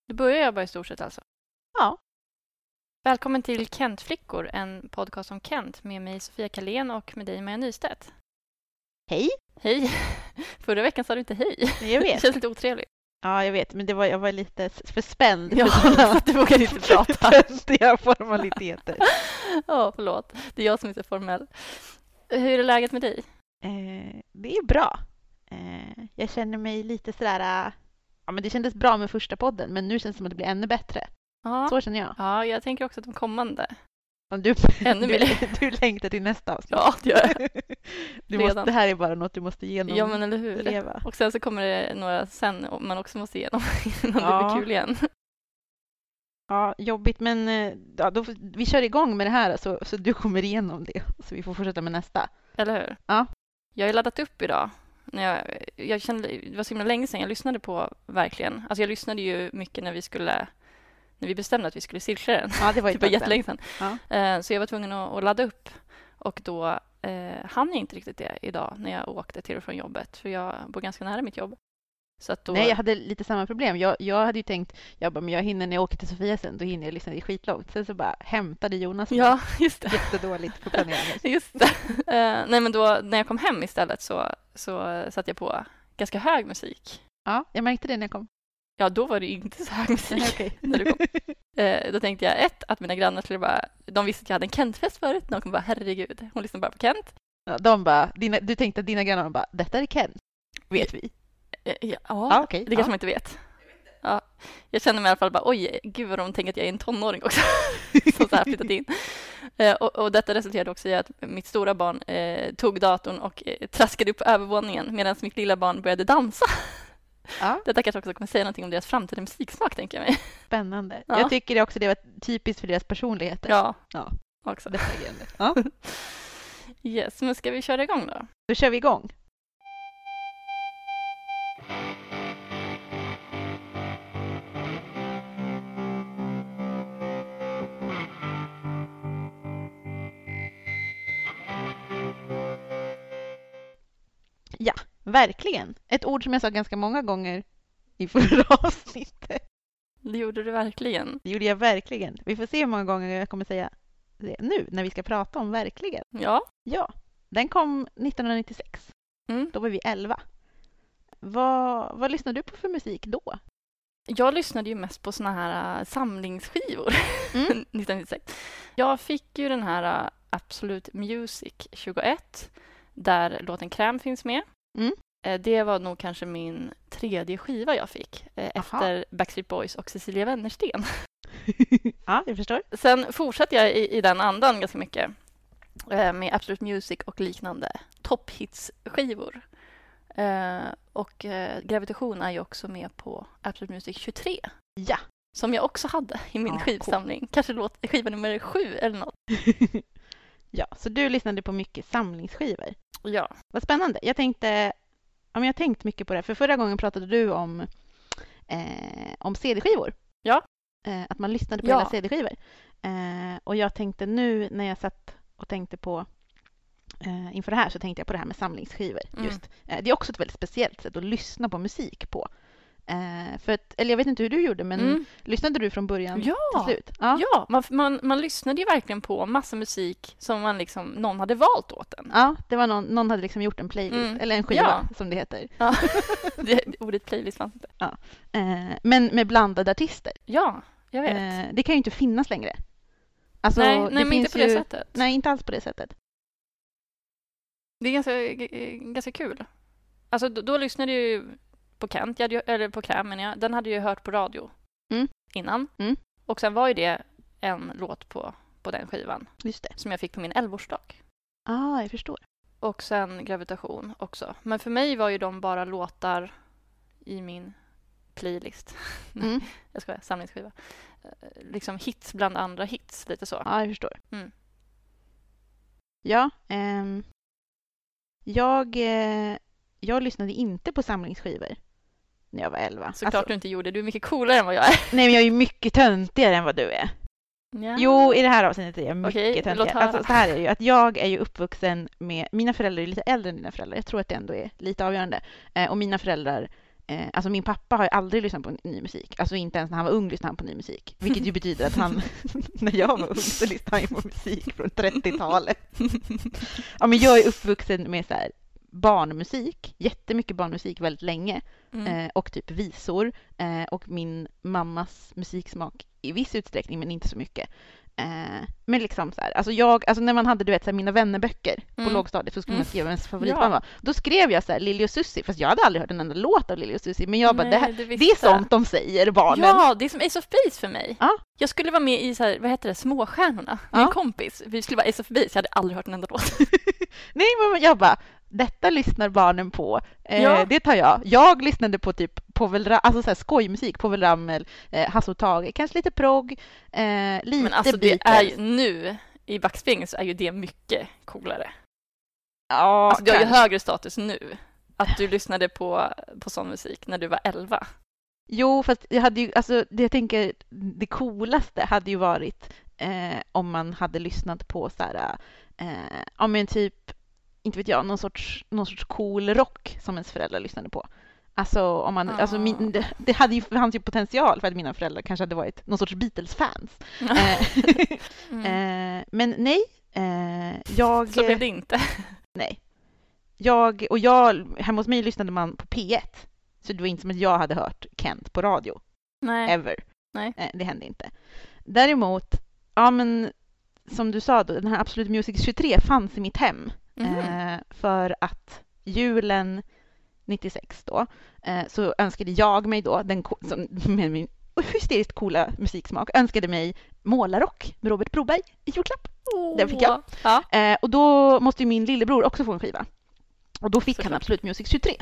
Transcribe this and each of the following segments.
Då börjar jag bara i stort sett alltså. Ja. Välkommen till Kentflickor, en podcast om Kent med mig Sofia Kalén och med dig Maja Nystedt. Hej. Hej. Förra veckan sa du inte hej. Jag vet. Det känns lite otrevligt. Ja, jag vet. Men jag var lite för spänd Ja, för sådana så att du vågade inte prata. töntiga formaliteter. Ja, förlåt. Det är jag som är så formell. Hur är läget med dig? Det är bra. Jag känner mig lite sådär... Ja, men det kändes bra med första podden, men nu känns det som att det blir ännu bättre. Ja. Så känner jag. Ja, jag tänker också att de kommande. Ännu mer. Du längtar till nästa avsnitt. Ja, det gör jag. Det här är bara något du måste igenom. Ja, men eller hur. Leva. Och sen så kommer det några sen man också måste igenom innan det blir kul igen. Ja, jobbigt, men ja, vi kör igång med det här så du kommer igenom det. Så vi får fortsätta med nästa. Eller hur? Ja. Jag har laddat upp idag. Jag kände, det var så himla länge sedan jag lyssnade på verkligen. Alltså jag lyssnade ju mycket när vi bestämde att vi skulle cirkla den. Ja, det var ju typ jättelänge sedan. Ja. Så jag var tvungen att ladda upp. Och då hann jag inte riktigt det idag när jag åkte till och från jobbet. För jag bor ganska nära mitt jobb. Så att då... Nej, jag hade lite samma problem. Jag hade ju tänkt, men jag hinner när jag åker till Sofia sen, då hinner jag lyssna i skitlångt. Sen så bara hämtade Jonas. Ja, just det. Jättedåligt på planeringen. Just det. Nej, men då när jag kom hem istället så satte jag på ganska hög musik. Ja, jag märkte det när jag kom. Ja, då var det inte så hög musik. Okay. När du kom. Då tänkte jag att mina grannar skulle de visste att jag hade en Kent-fest förut. De kom bara, herregud, hon lyssnar bara på Kent. Ja, de bara, du tänkte att dina grannar bara, detta är Kent, vet vi. Ja, okay. Det kanske man inte vet. Ja, jag känner mig i alla fall bara, oj, gud vad de tänker att jag är en tonåring också. Som så här flyttat in. Och detta resulterade också i att mitt stora barn tog datorn och traskade upp på övervåningen medan mitt lilla barn började dansa. Ja. Detta kanske också kommer säga någonting om deras framtida musiksmak, tänker jag mig. Spännande. Ja. Jag tycker också det var typiskt för deras personligheter. Ja. Också. Ja. Yes, men ska vi köra igång då? Då kör vi igång. Ja, verkligen. Ett ord som jag sa ganska många gånger i förra avsnittet. Det gjorde du verkligen. Det gjorde jag verkligen. Vi får se hur många gånger jag kommer säga det nu när vi ska prata om verkligen. Ja. Ja, den kom 1996. Då var vi 11. Vad lyssnade du på för musik då? Jag lyssnade ju mest på såna här samlingsskivor 1996. Jag fick ju den här Absolute Music 21 där låten Kräm finns med. Det var nog kanske min 3:e skiva jag fick efter Backstreet Boys och Cecilia Wennersten. Ja, jag förstår. Sen fortsatte jag i den andan ganska mycket med Absolute Music och liknande topphits-skivor. Och Gravitation är ju också med på Absolute Music 23. Ja. Som jag också hade i min skivsamling. Cool. Kanske skiva nummer 7 eller något. Ja, så du lyssnade på mycket samlingsskivor. Ja. Vad spännande. Jag har tänkt mycket på det. För förra gången pratade du om CD-skivor. Ja. Att man lyssnade på hela CD-skivor. Och jag tänkte nu när jag satt och tänkte på inför det här så tänkte jag på det här med samlingsskivor. Just. Det är också ett väldigt speciellt sätt att lyssna på musik på. Eller jag vet inte hur du gjorde, men lyssnade du från början till slut? Ja, man lyssnade ju verkligen på massa musik som man liksom, någon hade valt åt en. Ja, det var någon hade liksom gjort en playlist, eller en skiva som det heter. Ja. Ordet playlist fanns inte. Ja. Men med blandade artister. Ja, jag vet. Det kan ju inte finnas längre. Alltså, nej, men inte på det sättet. Nej, inte alls på det sättet. Det är ganska kul. Alltså då lyssnade jag ju på Kent, eller på Kräm, men den hade jag hört på radio innan. Och sen var ju det en låt på den skivan. Just det. Som jag fick på min 11-årsdag. Jag förstår. Och sen Gravitation också. Men för mig var ju de bara låtar i min playlist. Jag ska samlingsskiva. Liksom hits bland andra hits, lite så. Ja, jag förstår. Ja, jag lyssnade inte på samlingsskivor när jag var 11. Såklart du inte gjorde. Du är mycket coolare än vad jag är. Nej, men jag är mycket töntigare än vad du är. Ja. Jo, i det här avsnittet är jag mycket töntigare. Alltså, så här är det ju. Att jag är ju uppvuxen med... Mina föräldrar är lite äldre än dina föräldrar. Jag tror att det ändå är lite avgörande. Och mina föräldrar Alltså min pappa har ju aldrig lyssnat på ny musik. Alltså inte ens när han var ung lyssnade han på ny musik. Vilket ju betyder att han, när jag var ung så lyssnade han på musik från 30-talet. Ja, men jag är uppvuxen med så här barnmusik, jättemycket barnmusik väldigt länge. Och typ visor. Och min mammas musiksmak i viss utsträckning, men inte så mycket. Men liksom så här, alltså när man hade du vet så här, mina vännerböcker på lågstadiet så skulle man skriva ens favoritband var. Då skrev jag så här Lili och Susie, fast jag hade aldrig hört en enda låt av Lili och Susie, men jag bara det är sånt de säger barnen. Ja, det är som Ace of Base för mig. Ja. Jag skulle vara med i så här, vad heter det, Småstjärnorna. Min kompis, vi skulle vara Ace of Base, jag hade aldrig hört en enda låt. Nej, men jag bara detta lyssnar barnen på. Det tar jag. Jag lyssnade på typ alltså så här skojmusik, Povel Ramel, Hasse och Tage, kanske lite progg, lite men alltså det är ju nu i backspegeln så är ju det mycket coolare. Ja, alltså, du har ju högre status nu att du lyssnade på sån musik när du var 11. Jo, fast jag hade ju, alltså jag tänker det coolaste hade ju varit om man hade lyssnat på så här, ja men typ inte vet jag, någon sorts cool rock som ens föräldrar lyssnade på. Alltså om man alltså det hade ju fanns ju potential för att mina föräldrar kanske hade varit någon sorts Beatles-fans. Men nej, jag så blev det inte. Nej. Jag hemma hos mig lyssnade man på P1. Så det var inte som att jag hade hört Kent på radio. Nej. Ever. Nej. Det hände inte. Däremot, ja men som du sa då, den här Absolut Music 23 fanns i mitt hem. För att julen 96 då så önskade jag mig då med min hysteriskt coola musiksmak önskade mig Målarrock med Robert Broberg i julklapp. Den fick jag. Ja. Och då måste ju min lillebror också få en skiva. Och då fick han Absolut Music 23.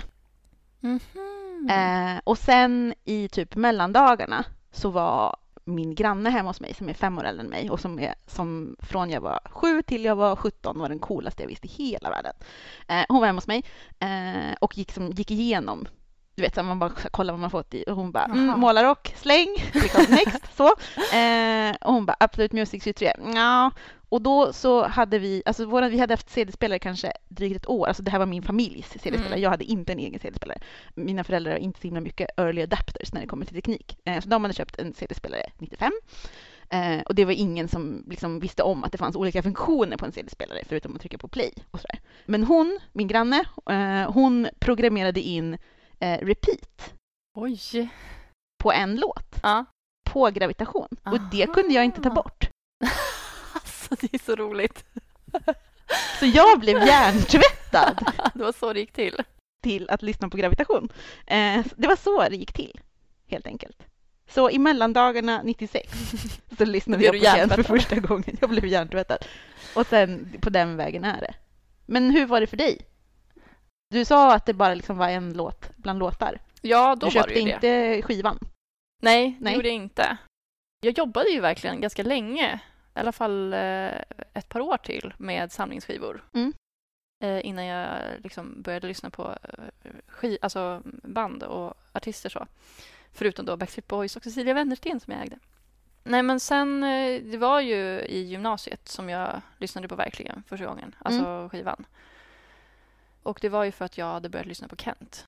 Och sen i typ mellandagarna så var min granne hemma hos mig som är 5 år äldre än mig och som från jag var 7 till jag var 17 var den coolaste jag visste i hela världen. Hon var hemma hos mig och gick igenom, du vet så man bara kollar vad man fått i och hon bara Målarrock, släng, next så. Och hon bara Absolut Music 23. Ja. Och då så hade vi hade haft CD-spelare kanske drygt ett år. Alltså det här var min familjs CD-spelare. Jag hade inte en egen CD-spelare. Mina föräldrar har inte så himla mycket early adapters när det kommer till teknik. Så de hade köpt en CD-spelare 95. Och det var ingen som liksom visste om att det fanns olika funktioner på en CD-spelare förutom att trycka på play och sådär. Men min granne, hon programmerade in repeat. Oj. På en låt. På gravitation. Och det kunde jag inte ta bort. Det är så roligt. Så jag blev hjärntvättad. Det var så det gick till. Till att lyssna på gravitation. Det var så det gick till, helt enkelt. Så i mellandagarna 96 så lyssnade jag på Kent för första gången. Jag blev hjärntvättad. Och sen på den vägen är det. Men hur var det för dig? Du sa att det bara liksom var en låt bland låtar. Ja, då var det ju det. Du köpte inte skivan? Nej, det gjorde jag inte. Jag jobbade ju verkligen ganska länge. I alla fall ett par år till med samlingsskivor. Innan jag liksom började lyssna på alltså band och artister så. Förutom då Backstreet Boys och Cecilia Wennersten som jag ägde. Nej, men sen det var ju i gymnasiet som jag lyssnade på verkligen första gången. Alltså skivan. Och det var ju för att jag hade börjat lyssna på Kent.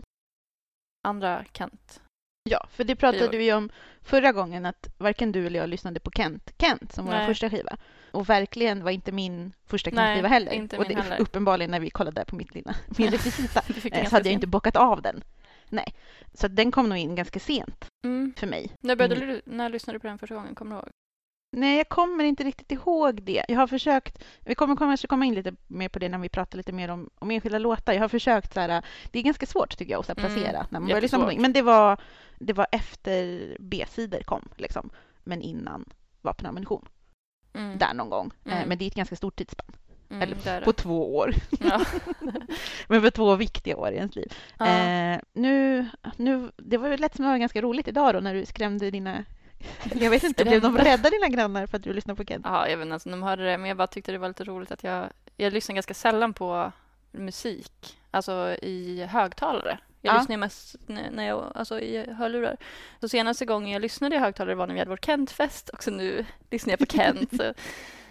Andra Kent. Ja, för det pratade vi om förra gången att varken du eller jag lyssnade på Kent som vår första skiva. Och verkligen var inte min första Kent-skiva heller. Inte och det heller. Uppenbarligen när vi kollade där på min rekvisita så hade jag inte bockat av den. Nej, så den kom nog in ganska sent för mig. När lyssnade du på den första gången? Kommer du ihåg? Nej, jag kommer inte riktigt ihåg det. Jag har försökt, vi kommer komma in lite mer på det när vi pratar lite mer om enskilda låtar. Jag har försökt så här, det är ganska svårt tycker jag att placera när man börjar lyssna på någonting. Men det var efter B-sidor kom liksom, men innan Vapen och ammunition. Där någon gång. Men det är ett ganska stort tidsspann. Eller på 2 år. Ja. Men för 2 viktiga år i ens liv. Nu, det var ju lätt som var ganska roligt idag då när du skrämde dina... Jag vet inte, blev de rädda dina grannar för att du lyssnade på Kent? Ja, jag vet inte, alltså, de hörde det, men jag bara tyckte det var lite roligt att jag lyssnar ganska sällan på musik, alltså i högtalare. Jag lyssnar mest när jag, alltså i hörlurar. Så senaste gången jag lyssnade i högtalare var när vi hade vår Kent-fest, och så nu lyssnar jag på Kent. Så,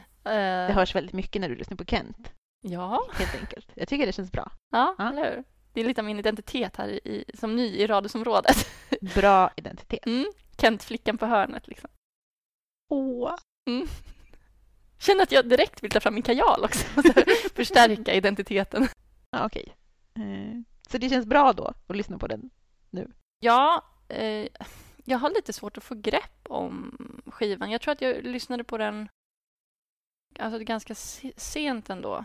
det hörs väldigt mycket när du lyssnar på Kent. Ja. Helt enkelt. Jag tycker det känns bra. Ja, eller hur? Det är lite av min identitet här som ny i radhusområdet. Bra identitet. Kent, flickan på hörnet liksom. Åh. Känner att jag direkt vill ta fram min kajal också. Förstärka identiteten. Ja, okej. Så det känns bra då att lyssna på den nu? Ja, jag har lite svårt att få grepp om skivan. Jag tror att jag lyssnade på den ganska sent ändå.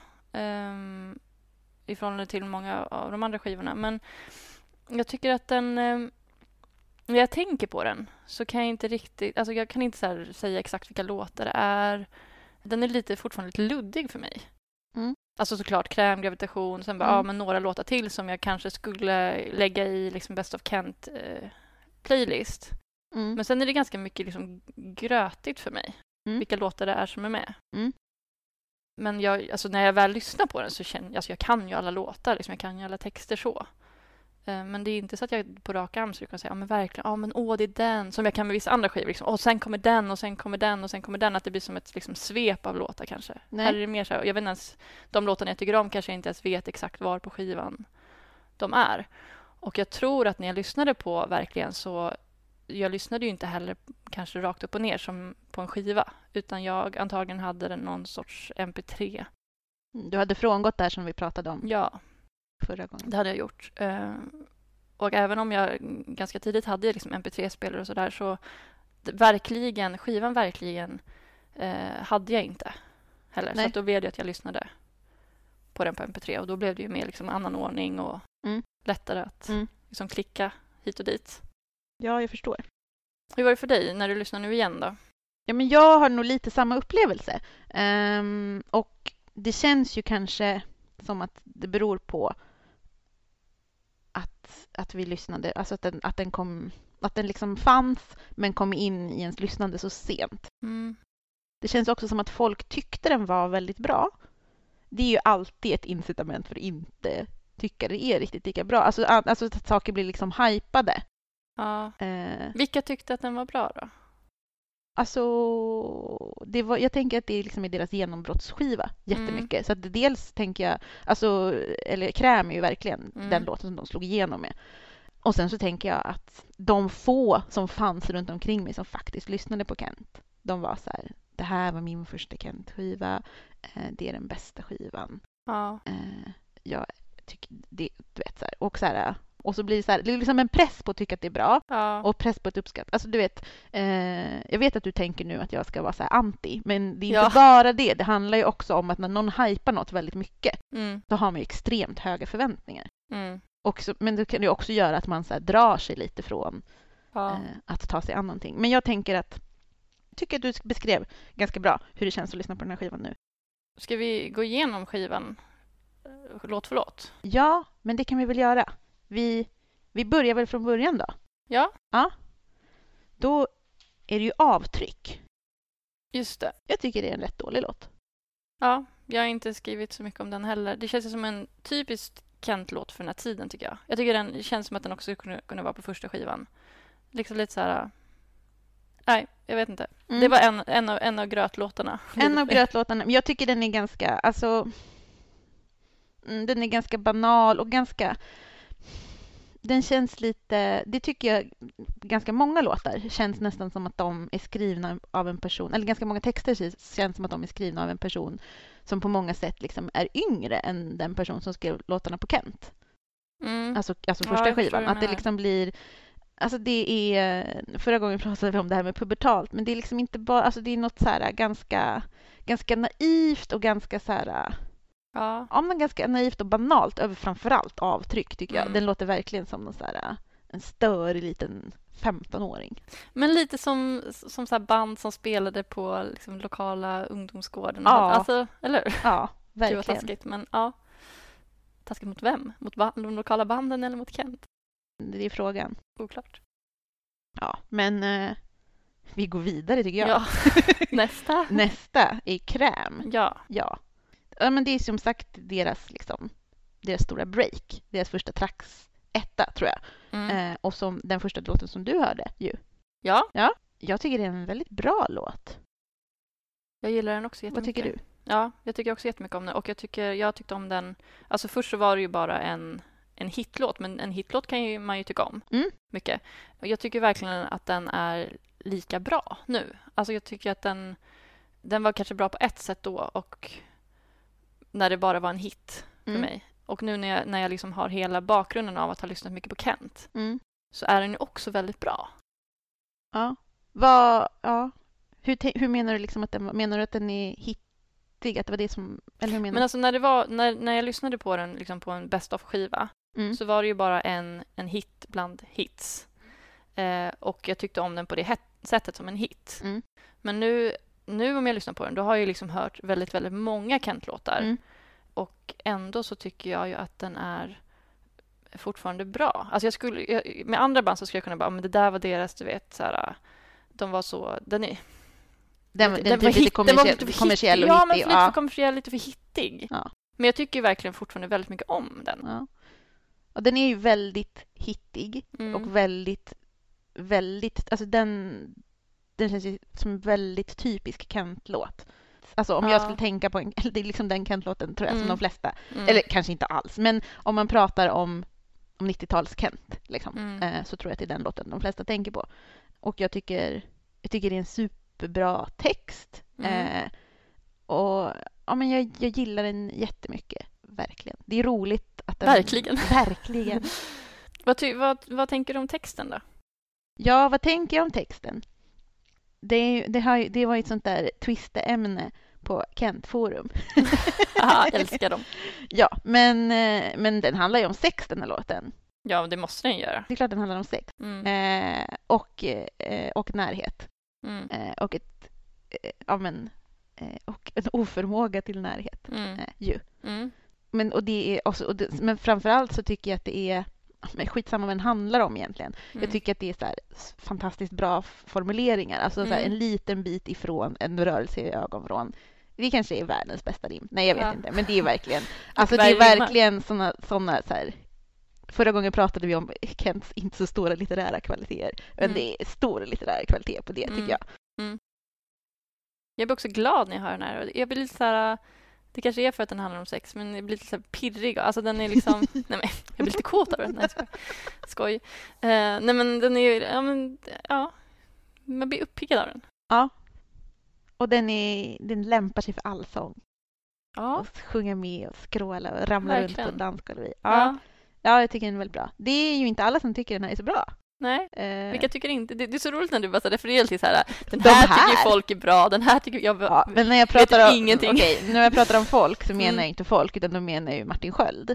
I förhållande till många av de andra skivorna. Men jag tycker att den... när jag tänker på den så kan jag inte riktigt... Alltså jag kan inte så här säga exakt vilka låtar det är. Den är fortfarande lite luddig för mig. Alltså såklart Kräm, Gravitation. Sen bara, men några låtar till som jag kanske skulle lägga i liksom Best of Kent playlist. Men sen är det ganska mycket liksom grötigt för mig. Vilka låtar det är som är med. Men när jag väl lyssnar på den så känner jag... jag kan ju alla låtar. Liksom, jag kan ju alla texter så. Men det är inte så att jag på rak arm så kan säga, men verkligen, det är den. Som jag kan med vissa andra skivor. Liksom, sen kommer den och sen kommer den och sen kommer den. Att det blir som ett liksom, svep av låtar kanske. Nej. Här är det mer så här, jag vet inte ens, de låtarna jag tycker om kanske jag inte ens vet exakt var på skivan de är. Och jag tror att när jag lyssnade på verkligen så... Jag lyssnade ju inte heller kanske rakt upp och ner som på en skiva. Utan jag antagligen hade någon sorts MP3. Du hade frångått där som vi pratade om. Ja. Förra gången. Det hade jag gjort. Och även om jag ganska tidigt hade liksom MP3-spelare och sådär så skivan verkligen hade jag inte heller. Nej. Så att då blev det att jag lyssnade på den på MP3 och då blev det ju mer liksom annan ordning och lättare att liksom klicka hit och dit. Ja, jag förstår. Hur var det för dig när du lyssnar nu igen då? Ja, men jag har nog lite samma upplevelse. Och det känns ju kanske som att det beror på att vi lyssnade, alltså att den liksom fanns men kom in i ens lyssnande så sent. Det känns också som att folk tyckte den var väldigt bra. Det är ju alltid ett incitament för att inte tycka det är riktigt lika bra. Alltså att saker blir liksom hypade. Ja. Vilka tyckte att den var bra då? Alltså, jag tänker att det liksom är deras genombrottsskiva jättemycket. Så att dels tänker jag, eller Kräm är ju verkligen den låten som de slog igenom med. Och sen så tänker jag att de få som fanns runt omkring mig som faktiskt lyssnade på Kent, de var så här, det här var min första Kent-skiva, det är den bästa skivan. Ja. Jag tycker det, du vet så här, och så här. Och så blir det så här, det är liksom en press på att tycka att det är bra. Ja. Och press på att uppskatta. Alltså du vet, jag vet att du tänker nu att jag ska vara så här anti. Men det är inte bara det. Det handlar ju också om att när någon hypar något väldigt mycket så har man ju extremt höga förväntningar. Men det kan ju också göra att man så här drar sig lite från att ta sig an någonting. Men jag tycker att du beskrev ganska bra hur det känns att lyssna på den här skivan nu. Ska vi gå igenom skivan låt för låt? Ja, men det kan vi väl göra. Vi börjar väl från början då? Ja. Då är det ju Avtryck. Just det. Jag tycker det är en rätt dålig låt. Ja, jag har inte skrivit så mycket om den heller. Det känns som en typisk Kent-låt för den här tiden tycker jag. Jag tycker den känns som att den också skulle kunna vara på första skivan. Liksom lite så här... Nej, jag vet inte. Det var en av grötlåtarna. En av grötlåtarna. Men jag tycker den är ganska... den är ganska banal och ganska... Den känns lite... Det tycker jag ganska många låtar känns nästan som att de är skrivna av en person. Eller ganska många texter känns som att de är skrivna av en person som på många sätt liksom är yngre än den person som skrev låtarna på Kent. Alltså första skivan. Att det liksom blir... Alltså det är... Förra gången pratade vi om det här med pubertalt. Men det är liksom inte bara... Alltså det är något så här ganska naivt och ganska så här... Ja, men ganska naivt och banalt över framförallt Avtryck tycker jag. Den låter verkligen som någon så här, en störig liten 15-åring. Men lite som så här band som spelade på liksom, lokala ungdomsgården. Ja. Alltså, eller hur? Ja, verkligen. Det var taskigt, men ja. Taskigt mot vem? Mot de lokala banden eller mot Kent? Det är frågan. Oklart. Ja, men vi går vidare tycker jag. Ja. Nästa är Kräm. Ja. Ja, men det är som sagt deras stora break. Deras första etta tror jag. Och som den första låten som du hörde ju. Ja. Jag tycker det är en väldigt bra låt. Jag gillar den också jättemycket. Vad tycker du? Ja, jag tycker också jättemycket om den. Och jag tyckte om den... Alltså först så var det ju bara en en hitlåt, men en hitlåt kan ju man ju tycka om mycket. Och jag tycker verkligen att den är lika bra nu. Alltså jag tycker att den var kanske bra på ett sätt då, och när det bara var en hit för mig. Och nu när jag liksom har hela bakgrunden av att ha lyssnat mycket på Kent, så är den ju också väldigt bra. Ja. Hur menar du liksom menar du att den är hittig, att det var det som, eller hur menar du? Men alltså när jag lyssnade på den liksom på en best of skiva, så var det ju bara en hit bland hits. Och jag tyckte om den på det sättet som en hit. Men nu om jag lyssnar på den, då har jag liksom hört väldigt, väldigt många Kent-låtar. Och ändå så tycker jag ju att den är fortfarande bra. Alltså med andra band så skulle jag kunna bara, men det där var deras, du vet, så här, de var så, den var lite kommersiell och hittig. Ja, men lite för kommersiell, lite för hittig. Ja. Men jag tycker verkligen fortfarande väldigt mycket om den. Ja. Och den är ju väldigt hittig och väldigt, väldigt, alltså den känns ju som en väldigt typisk Kent-låt. Alltså om jag skulle tänka på det är liksom den Kent-låten tror jag som de flesta, eller kanske inte alls, men om man pratar om 90-tals Kent liksom, så tror jag att det är den låten de flesta tänker på. Och jag tycker det är en superbra text. Och ja, men jag gillar den jättemycket, verkligen. Det är roligt att den... Verkligen. Vad tänker du om texten då? Ja, vad tänker jag om texten? Det var ju ett sånt där twisteämne på Kent-forum. Aha, älskar dem. Ja, men den handlar ju om sex, den här låten. Ja, det måste den göra. Det är klart den handlar om sex. Och närhet. Och och en oförmåga till närhet. Men framförallt så tycker jag att det är skitsamma vad den handlar om egentligen. Jag tycker att det är så här fantastiskt bra formuleringar. Alltså så här, en liten bit ifrån en rörelse i ögonvrån. Det kanske är världens bästa rim. Nej, jag vet inte. Men det är verkligen alltså det är verkligen såna så här. Förra gången pratade vi om Kents inte så stora litterära kvaliteter. Men det är stor litterär kvalitet på det, tycker jag. Jag blir också glad när jag hör den här. Jag blir lite så här... Det kanske är för att den handlar om sex, men jag blir lite så här pirrig. Alltså den är liksom... nej, men jag blir lite kåt av den. Nej, skoj. Nej, men den är... Ja, man blir uppiggad av den. Ja. Och den lämpar sig för allsång. Ja. Och sjunga med och skråla och ramla runt på dansgolvet. Ja, jag tycker den är väldigt bra. Det är ju inte alla som tycker den här är så bra. Nej, vilka tycker inte? Det är så roligt när du bara refererar till så här, den här tycker folk är bra, den här tycker jag men när jag pratar om ingenting. När jag pratar om folk så menar jag inte folk, utan då menar jag ju Martin Sköld,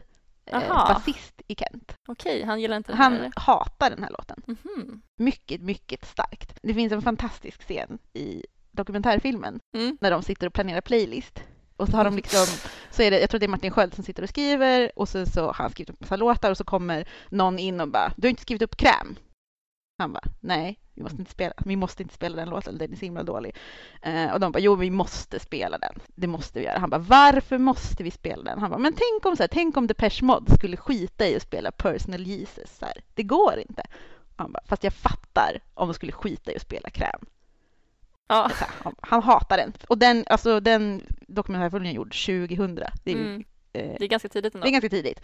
basist i Kent. Okej, han gillar inte den här, Han hatar den här låten. Mycket, mycket starkt. Det finns en fantastisk scen i dokumentärfilmen när de sitter och planerar playlist. Och så har de liksom, så är det, jag tror det är Martin Sköld som sitter och skriver, och sen så har han skrivit upp massa låtar, och så kommer någon in och bara, du har inte skrivit upp Kräm. Han bara, nej, vi måste inte spela den låten, den är så himla dålig. Och de bara, jo, vi måste spela den. Det måste vi göra. Han bara, varför måste vi spela den? Han bara, men tänk om Depeche Mode skulle skita i att spela Personal Jesus. Så här. Det går inte. Han bara, fast jag fattar om de skulle skita i att spela Kräm. Ja. Han hatar den. Och den dokumentärfilmen är gjord 2000. Det är ganska tidigt ändå. Det är ganska tidigt.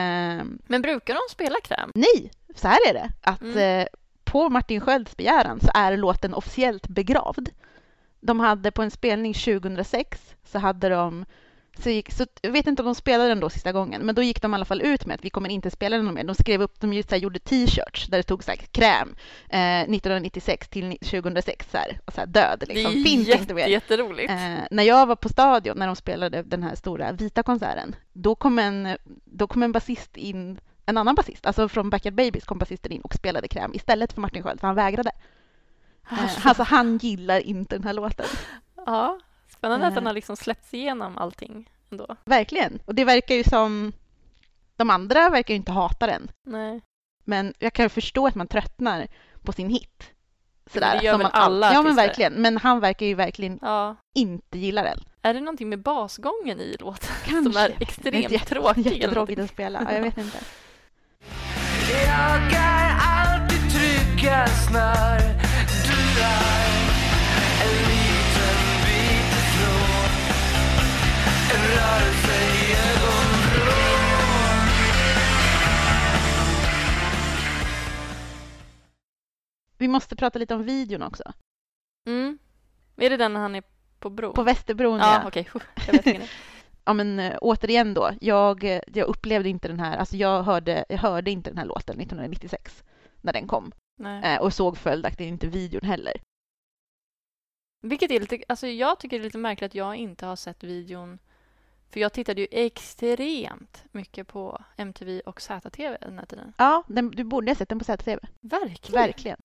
Men brukar de spela Kräm? Nej, så här är det. Att på Martin Skölds begäran så är låten officiellt begravd. De hade på en spelning 2006 så hade de... Så jag vet inte om de spelade den då sista gången, men då gick de i alla fall ut med att vi kommer inte spela den mer. De skrev upp, de gjorde t-shirts där det tog så här, Kräm 1996 till 2006 så här, och så här, död liksom. Det är finns inte mer. Jätteroligt. När jag var på Stadion när de spelade den här stora vita konserten, då kom en basist in, en annan basist, alltså från Backyard Babies kom basisten in och spelade Kräm istället för Martin Sköld, för han vägrade. Alltså han gillar inte den här låten. Ja. Spännande att den har liksom släppts igenom allting ändå. Verkligen. Och det verkar ju som... De andra verkar ju inte hata den. Nej. Men jag kan förstå att man tröttnar på sin hit. Sådär, det gör väl alla. Ja, men verkligen. Men han verkar ju verkligen inte gilla den. Är det någonting med basgången i låten? Kanske. Som är extremt tråkig? Jättetråkigt att spela. Ja, jag vet inte. Jag är alltid tryggast när du är en liten bit ifrån en rörelse i ögonvrån. prata lite om videon också. Är det den när han är på bron? På Västerbron, ja. Okej. Jag vet inte. Ja, men återigen då. Jag upplevde inte den här... Alltså jag hörde inte den här låten 1996 när den kom. Nej. Och såg följaktligen inte videon heller. Vilket är lite... Alltså jag tycker det är lite märkligt att jag inte har sett videon. För jag tittade ju extremt mycket på MTV och ZTV den här tiden. Ja, du borde ha sett den på ZTV. Verkligen.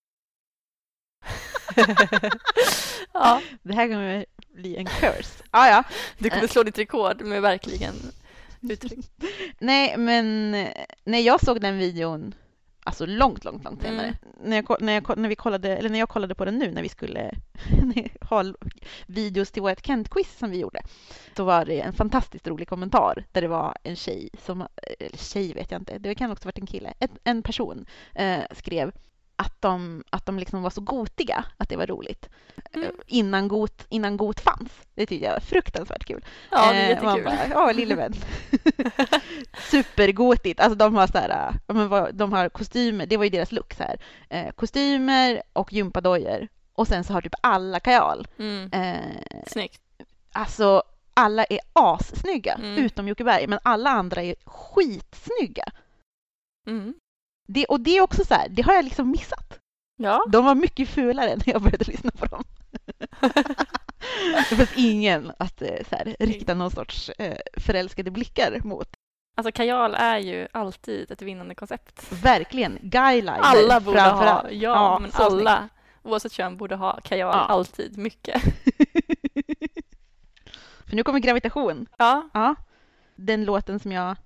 Ja. Det här kommer bli en curse. Ja. Du kommer slå ditt rekord med verkligen uttryck. Nej, men när jag såg den videon, alltså långt senare. När jag kollade på den nu när vi skulle ha videos till vårt Kent-quiz som vi gjorde. Så var det en fantastiskt rolig kommentar där det var en tjej som, eller tjej vet jag inte, det kan också varit en kille, en person skrev att de liksom var så gotiga att det var roligt. Innan got fanns. Det tycker jag var fruktansvärt kul. Ja, det är jättekul. Ja, lille vän. Supergotigt. Alltså de har kostymer, det var ju deras look så här. Kostymer och gympadojor. Och sen så har typ alla kajal. Snyggt. Alltså alla är assnygga utom Jocke Berg, men alla andra är skitsnygga. Det är också så här, det har jag liksom missat. Ja. De var mycket fulare när jag började lyssna på dem. Det fanns ingen att så här, rikta någon sorts förälskade blickar mot. Alltså kajal är ju alltid ett vinnande koncept. Verkligen. Guyliner. Alla borde ha, ja men alla, oavsett kön, borde ha kajal alltid mycket. För nu kommer Gravitation. Ja. Den låten som jag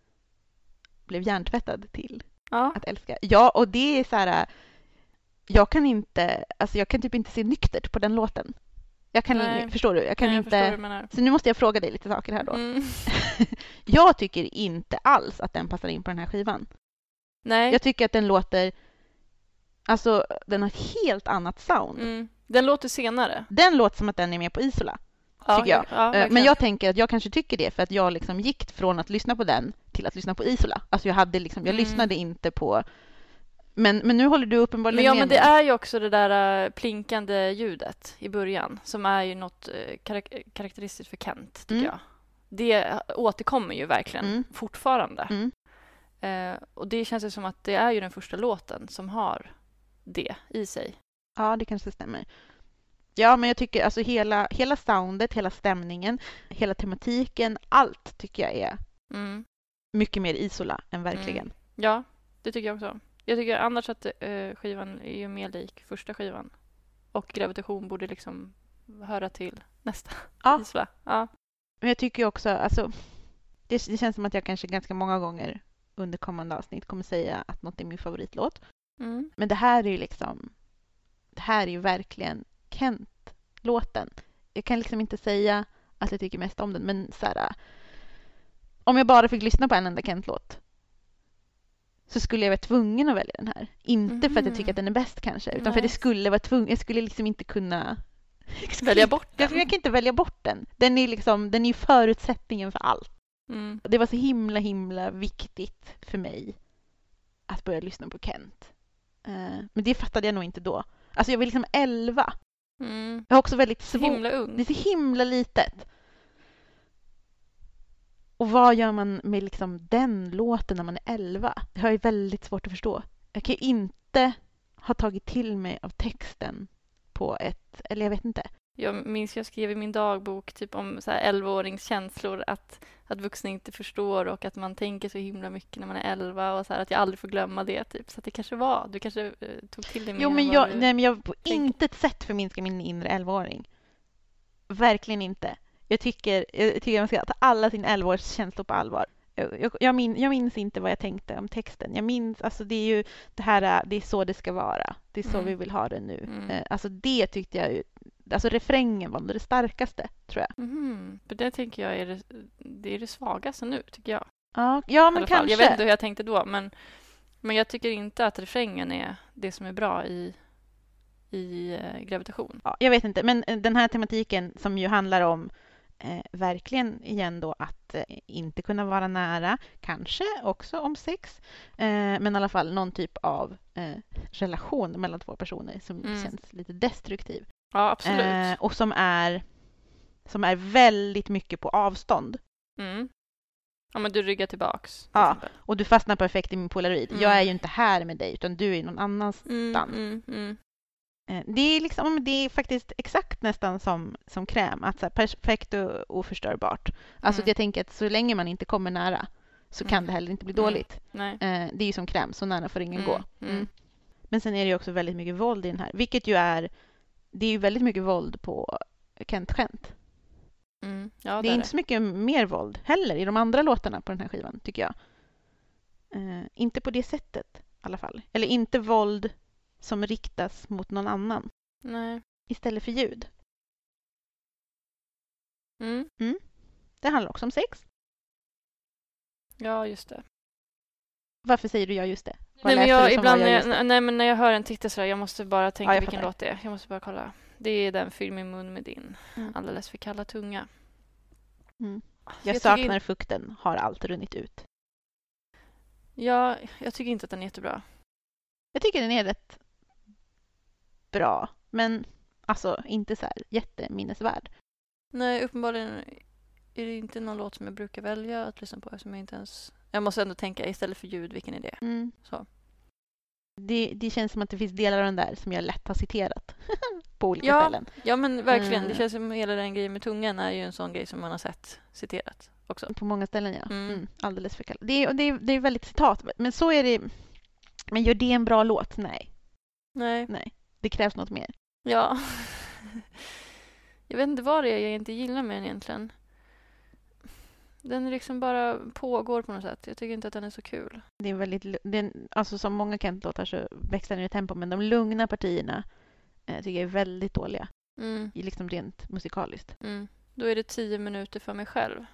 blev hjärntvättad till att älska. Ja, och det är så här, jag kan typ inte se nyktert på den låten. Förstår du? Jag kan inte. Så nu måste jag fråga dig lite saker här då. Jag tycker inte alls att den passar in på den här skivan. Nej. Jag tycker att den låter, alltså den har ett helt annat sound. Den låter senare. Den låter som att den är med på Isola. Tycker jag. Ja, men jag tänker att jag kanske tycker det för att jag liksom gick från att lyssna på den till att lyssna på Isola. Alltså jag lyssnade inte på. Men nu håller du uppenbarligen med. Men det är ju också det där plinkande ljudet i början som är ju något karaktäristiskt för Kent, tycker jag. Det återkommer ju verkligen fortfarande. Och det känns ju som att det är ju den första låten som har det i sig. Ja, det kanske stämmer. Ja, men jag tycker alltså hela soundet, hela stämningen, hela tematiken, allt tycker jag är mycket mer Isola än verkligen. Ja, det tycker jag också. Jag tycker annars att skivan är ju mer lik första skivan. Och Gravitation borde liksom höra till nästa Isola. Ja. Men jag tycker också, alltså det känns som att jag kanske ganska många gånger under kommande avsnitt kommer säga att något är min favoritlåt. Men det här är ju verkligen Kent-låten. Jag kan liksom inte säga att jag tycker mest om den, men så här, om jag bara fick lyssna på en enda Kent-låt så skulle jag vara tvungen att välja den här. Inte för att jag tycker att den är bäst kanske, utan för att jag skulle vara tvungen. Jag skulle liksom inte kunna välja bort den. Jag kan inte välja bort den. Den är ju förutsättningen för allt. Det var så himla viktigt för mig att börja lyssna på Kent. Men det fattade jag nog inte då. Alltså jag var liksom 11. Jag har också väldigt svårt. Himla ung. Det är så himla litet. Och vad gör man med liksom den låten när man är 11? Det har jag väldigt svårt att förstå. Jag kan ju inte ha tagit till mig av texten på eller jag vet inte. Jag minns jag skrev i min dagbok typ om så här 11-åringskänslor att vuxna inte förstår och att man tänker så himla mycket när man är 11 och så här, att jag aldrig får glömma det typ. Så att det kanske du kanske tog till det mer. Jo, men jag på intet sätt förminskar min inre 11-åring. Verkligen inte. Jag tycker man ska ta alla sin 11-års känslor på allvar. Jag minns inte vad jag tänkte om texten. Jag minns, alltså det är ju det här, det är så det ska vara. Det är så vi vill ha det nu. Alltså det tyckte jag ju, alltså refrängen var det starkaste, tror jag. För det tänker jag är det svagaste nu, tycker jag. Ja, men kanske. Jag vet inte hur jag tänkte då, men jag tycker inte att refrängen är det som är bra i Gravitation. Ja, jag vet inte, men den här tematiken som ju handlar om verkligen igen då att inte kunna vara nära, kanske också om sex, men i alla fall någon typ av relation mellan två personer som känns lite destruktiv. Ja, absolut. Och som är väldigt mycket på avstånd. Ja, men du ryggar tillbaks. Ja, och du fastnar perfekt i min polaroid. Jag är ju inte här med dig, utan du är någon annanstans. Det är liksom, det är faktiskt exakt nästan som kräm, att så här, perfekt och oförstörbart. Alltså jag tänker att så länge man inte kommer nära så kan det heller inte bli dåligt. Nej. Det är ju som kräm, så nära får ingen gå. Men sen är det ju också väldigt mycket våld i den här, vilket ju det är ju väldigt mycket våld på Kent Gent. Ja, det är inte så mycket mer våld heller i de andra låtarna på den här skivan, tycker jag. Inte på det sättet i alla fall. Eller inte våld som riktas mot någon annan. Nej. Istället för ljud. Mm. Det handlar också om sex. Ja, just det. Varför säger du ja just det? Nej, men när jag hör en titel så där, jag måste bara tänka vilken låt det är. Jag måste bara kolla. Det är den Fyll min mun med din. Alldeles för kalla tunga. Jag saknar fukten, har allt runnit ut. Ja, jag tycker inte att den är jättebra. Jag tycker den är rätt bra, men alltså inte så här jätteminnesvärd. Nej, uppenbarligen är det inte någon låt som jag brukar välja att lyssna på eftersom jag inte ens... Jag måste ändå tänka istället för ljud, vilken är det? Så. Det känns som att det finns delar av den där som jag lätt har citerat på olika ställen. Ja, men verkligen. Det känns som hela den grejen med tungan är ju en sån grej som man har sett citerat också. På många ställen, ja. Alldeles för kallt. Det är väldigt citat. Men så är det... Men gör det en bra låt? Nej. Det krävs något mer. Ja. Jag vet inte vad det är jag inte gillar med den egentligen. Den liksom bara pågår på något sätt. Jag tycker inte att den är så kul. Det är väldigt... alltså som många Kent-låtar så växlar den i tempo. Men de lugna partierna tycker jag är väldigt dåliga. Liksom rent musikaliskt. Då är det 10 minuter för mig själv.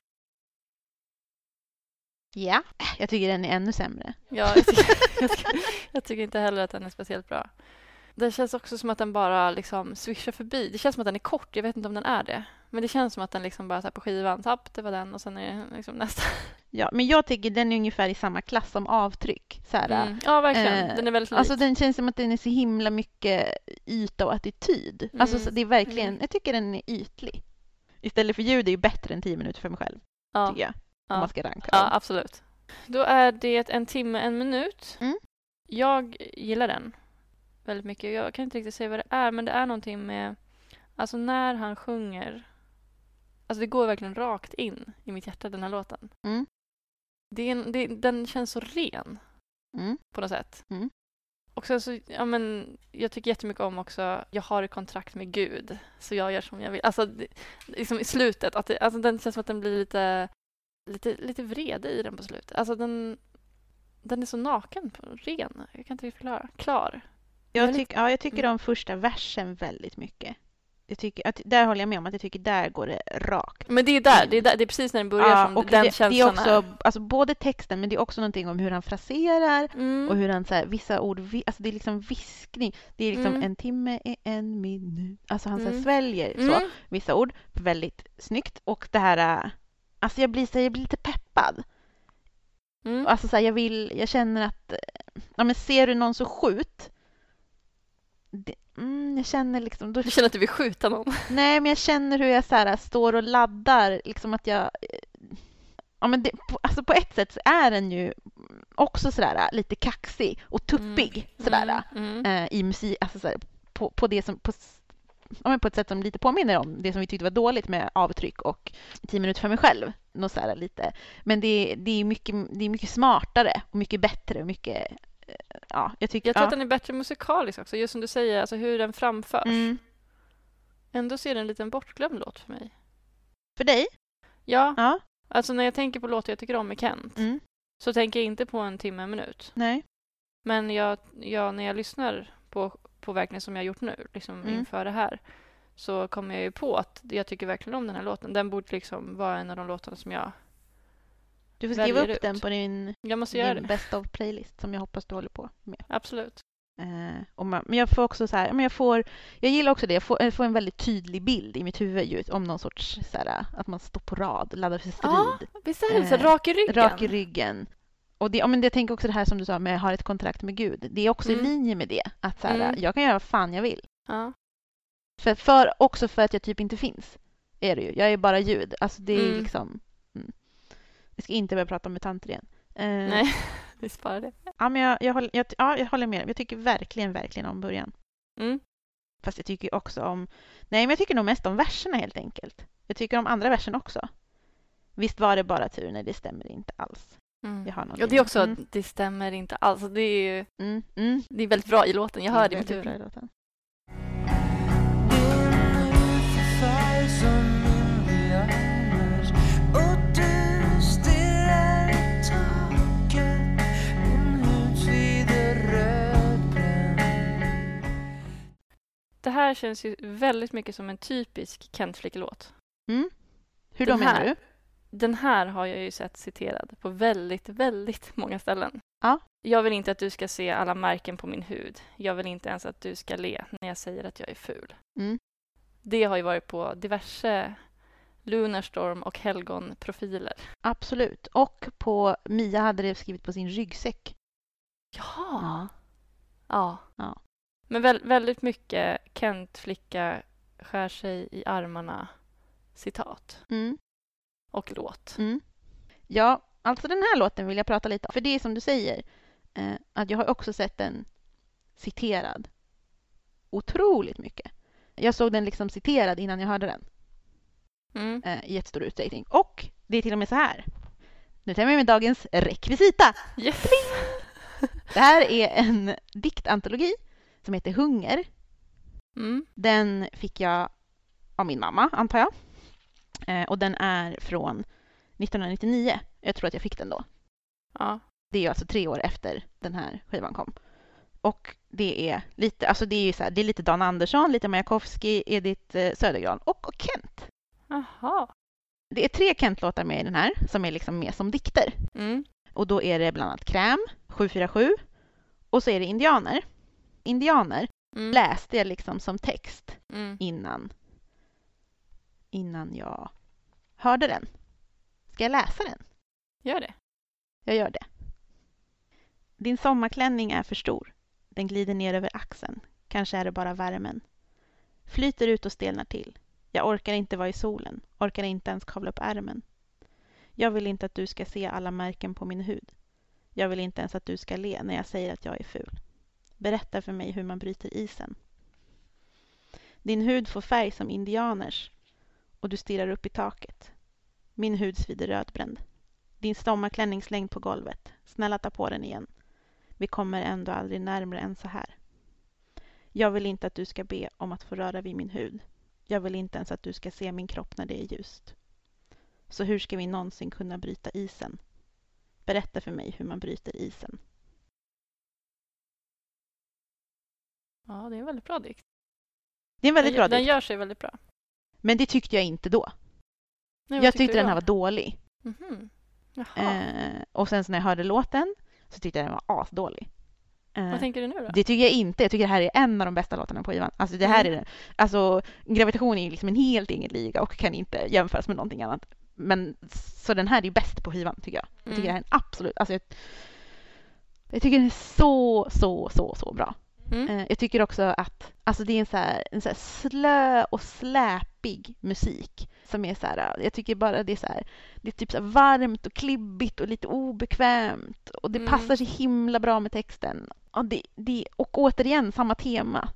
Ja, jag tycker den är ännu sämre. Ja, jag tycker inte heller att den är speciellt bra. Det känns också som att den bara liksom swishar förbi. Det känns som att den är kort, jag vet inte om den är det. Men det känns som att den liksom bara så här på skivan, tapp, det var den och sen är det liksom nästa. Ja, men jag tycker den är ungefär i samma klass som Avtryck. Så här, ja, verkligen. Den är väldigt lik. Alltså den känns som att den är så himla mycket yta och attityd. Alltså så det är verkligen, jag tycker den är ytlig. Istället för ljud är ju bättre än 10 minuter för mig själv, tycker jag. Om man ska ranka. Ja, absolut. Då är det 1 timme, 1 minut. Jag gillar den väldigt mycket. Jag kan inte riktigt säga vad det är, men det är någonting med... Alltså när han sjunger... Alltså det går verkligen rakt in i mitt hjärta, den här låten. Den känns så ren på något sätt. Och sen så, ja men, jag tycker jättemycket om också, jag har ett kontrakt med Gud, så jag gör som jag vill. Alltså, liksom i slutet, alltså den känns som att den blir lite vrede i den på slutet. Alltså den är så naken, ren. Jag kan inte riktigt förklara. Klar. Jag tycker om första versen väldigt mycket. Jag tycker att där håller jag med om att jag tycker där går det rakt. Men det är precis när den börjar som den känslan det är också alltså både texten, men det är också någonting om hur han fraserar och hur han så här, vissa ord, alltså det är liksom viskning. Det är liksom 1 timme är 1 minut. Alltså han så här sväljer så vissa ord väldigt snyggt, och det här alltså jag blir lite peppad. Alltså så här, jag känner att men ser du någon så skjut. Jag känner liksom... Du känner att du vill skjuta någon? Nej, men jag känner hur jag så här, står och laddar. Liksom att jag... Ja, men alltså på ett sätt så är den ju också sådär lite kaxig och tuppig sådär i musik. Alltså sådär, på det som... på ett sätt som lite påminner om det som vi tyckte var dåligt med Avtryck och 10 minuter för mig själv. Något sådär lite. Men det är mycket smartare och mycket bättre och mycket... Ja, jag tror att den är bättre musikalisk också. Just som du säger, alltså hur den framförs. Ändå så är det en liten bortglömd låt för mig. För dig? Ja. Alltså när jag tänker på låtar jag tycker om med Kent så tänker jag inte på 1 timme, 1 minut. Nej. Men när jag lyssnar på verkligen som jag gjort nu, liksom inför det här, så kommer jag ju på att jag tycker verkligen om den här låten. Den borde liksom vara en av de låtarna som jag... Du får skriva upp den på din best of playlist som jag hoppas du håller på med. Absolut. Men jag får också så här, men jag gillar också det. Jag får en väldigt tydlig bild i mitt huvud just om någon sorts så här, att man står på rad, laddar för strid. Ja, visst är det så rak i ryggen? Rak i ryggen. Och men jag tänker också det här som du sa med att ha ett kontrakt med Gud. Det är också i linje med det. Att så här, jag kan göra vad fan jag vill. Ja. Också för att jag typ inte finns. Är det ju. Jag är bara ljud. Alltså det är liksom... Jag ska inte börja prata om mutanter igen. Nej, vi sparar det. Ja, men jag håller med. Jag tycker verkligen om början. Fast jag tycker också om... Nej, men jag tycker nog mest om verserna helt enkelt. Jag tycker om andra versen också. Visst var det bara tur? Nej, det stämmer inte alls. Ja, det är också det stämmer inte alls. Det är ju det är väldigt bra i låten. Jag hör det i mitt huvud. Det här känns ju väldigt mycket som en typisk Kent Flicke-låt. Hur då menar du? Den här har jag ju sett citerad på väldigt, väldigt många ställen. Ja. Jag vill inte att du ska se alla märken på min hud. Jag vill inte ens att du ska le när jag säger att jag är ful. Det har ju varit på diverse Lunarstorm och Helgon-profiler. Absolut. Och på Mia hade det skrivit på sin ryggsäck. Ja. Men väldigt mycket Kent Flicka skär sig i armarna citat. Och låt. Ja, alltså den här låten vill jag prata lite om. För det är som du säger, att jag har också sett den citerad otroligt mycket. Jag såg den liksom citerad innan jag hörde den. I jättestor utsträckning. Och det är till och med så här. Nu tar jag med dagens rekvisita. Yes. Det här är en diktantologi som heter Hunger. Den fick jag av min mamma, antar jag. Och den är från 1999. Jag tror att jag fick den då. Ja. Det är alltså 3 år efter den här skivan kom. Och det är lite, alltså det är ju så här, det är lite Dan Andersson, lite Majakovskij, Edith Södergran och Kent. Aha. Det är 3 Kent-låtar med i den här som är liksom med som dikter. Och då är det bland annat Kräm, 747 och så är det Indianer. Indianer läste jag liksom som text innan jag hörde den. Ska jag läsa den? Gör det. Jag gör det. Din sommarklänning är för stor. Den glider ner över axeln. Kanske är det bara värmen. Flyter ut och stelnar till. Jag orkar inte vara i solen. Orkar inte ens kavla upp ärmen. Jag vill inte att du ska se alla märken på min hud. Jag vill inte ens att du ska le när jag säger att jag är ful. Berätta för mig hur man bryter isen. Din hud får färg som indianers. Och du stirrar upp i taket. Min hud svider rödbränd. Din sommarklänning slängd på golvet. Snälla ta på den igen. Vi kommer ändå aldrig närmare än så här. Jag vill inte att du ska be om att få röra vid min hud. Jag vill inte ens att du ska se min kropp när det är ljust. Så hur ska vi någonsin kunna bryta isen? Berätta för mig hur man bryter isen. Ja, det är en väldigt bra dikt. Det är en väldigt bra dikt. Den gör sig väldigt bra. Men det tyckte jag inte då. Nej, jag tyckte den här var dålig. Jaha. Och sen så när jag hörde låten så tyckte jag den var asdålig. Vad tänker du nu då? Det tycker jag inte. Jag tycker det här är en av de bästa låtarna på skivan. Alltså det här är alltså Gravitation är ju liksom en helt egen liga och kan inte jämföras med någonting annat. Men så den här är ju bäst på skivan tycker jag. Jag tycker det här är en absolut, alltså jag tycker den är så bra. Jag tycker också att alltså det är en så här slö och släpig musik som är så här, jag tycker bara det är så här, det är typ så här varmt och klibbigt och lite obekvämt och det passar så himla bra med texten. Och återigen samma tema.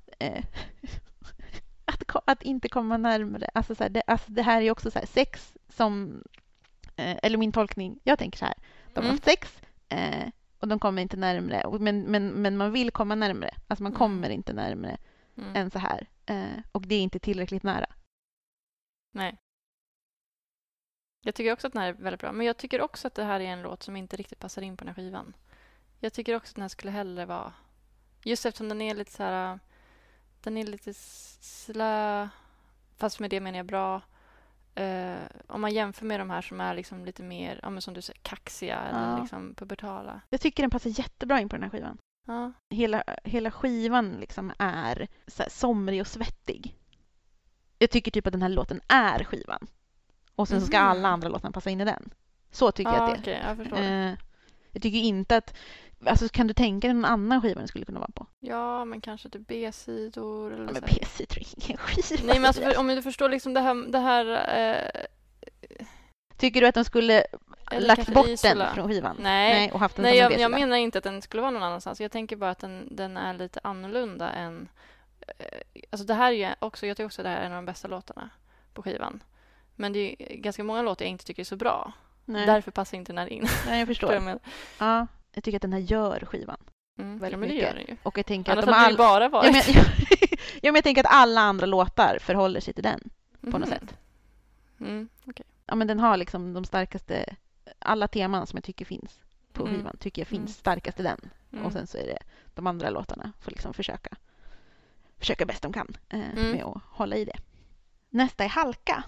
Att inte komma närmare. Alltså så här, det här är också så här sex som eller min tolkning, jag tänker så här. De har haft sex och de kommer inte närmare. Men man vill komma närmare. Alltså man kommer inte närmare än så här. Och det är inte tillräckligt nära. Nej. Jag tycker också att den här är väldigt bra. Men jag tycker också att det här är en låt som inte riktigt passar in på den här skivan. Jag tycker också att den här skulle hellre vara... Just eftersom den är lite så här... Den är lite slö. Fast med det menar jag bra. Om man jämför med de här som är liksom lite mer, som du säger, kaxiga eller liksom pubertala. Jag tycker den passar jättebra in på den här skivan. Ja. Hela skivan liksom är så här somrig och svettig. Jag tycker typ att den här låten är skivan. Och sen så ska alla andra låtarna passa in i den. Så tycker jag att det är. Okej, jag förstår. Jag tycker inte att... Alltså, kan du tänka dig någon annan skiva den skulle kunna vara på? Ja, men kanske typ B-sidor eller Ja, men så här. B-sidor är ingen skiva. Nej, men alltså, om du förstår liksom det här Tycker du att de skulle eller lagt kanske bort Isola. den från skivan? Nej. Och haft den Nej, som en jag B-sida? menar inte att den skulle vara någon annanstans. Jag tänker bara att den är lite annorlunda än... Alltså det här är ju också... Jag tycker också att det här är en av de bästa låtarna på skivan. Men det är ganska många låtar jag inte tycker är så bra. Nej. Därför passar inte den här in. Nej, jag förstår. Ja, jag tycker att den här gör skivan. Ja, men det gör den ju. Och jag tänker Annars att hade det bara varit... men jag tänker att alla andra låtar förhåller sig till den på något sätt. Okay. Ja, men den har liksom de starkaste... Alla teman som jag tycker finns på skivan tycker jag finns starkast i den. Och sen så är det de andra låtarna får liksom försöka bäst de kan med att hålla i det. Nästa är Halka.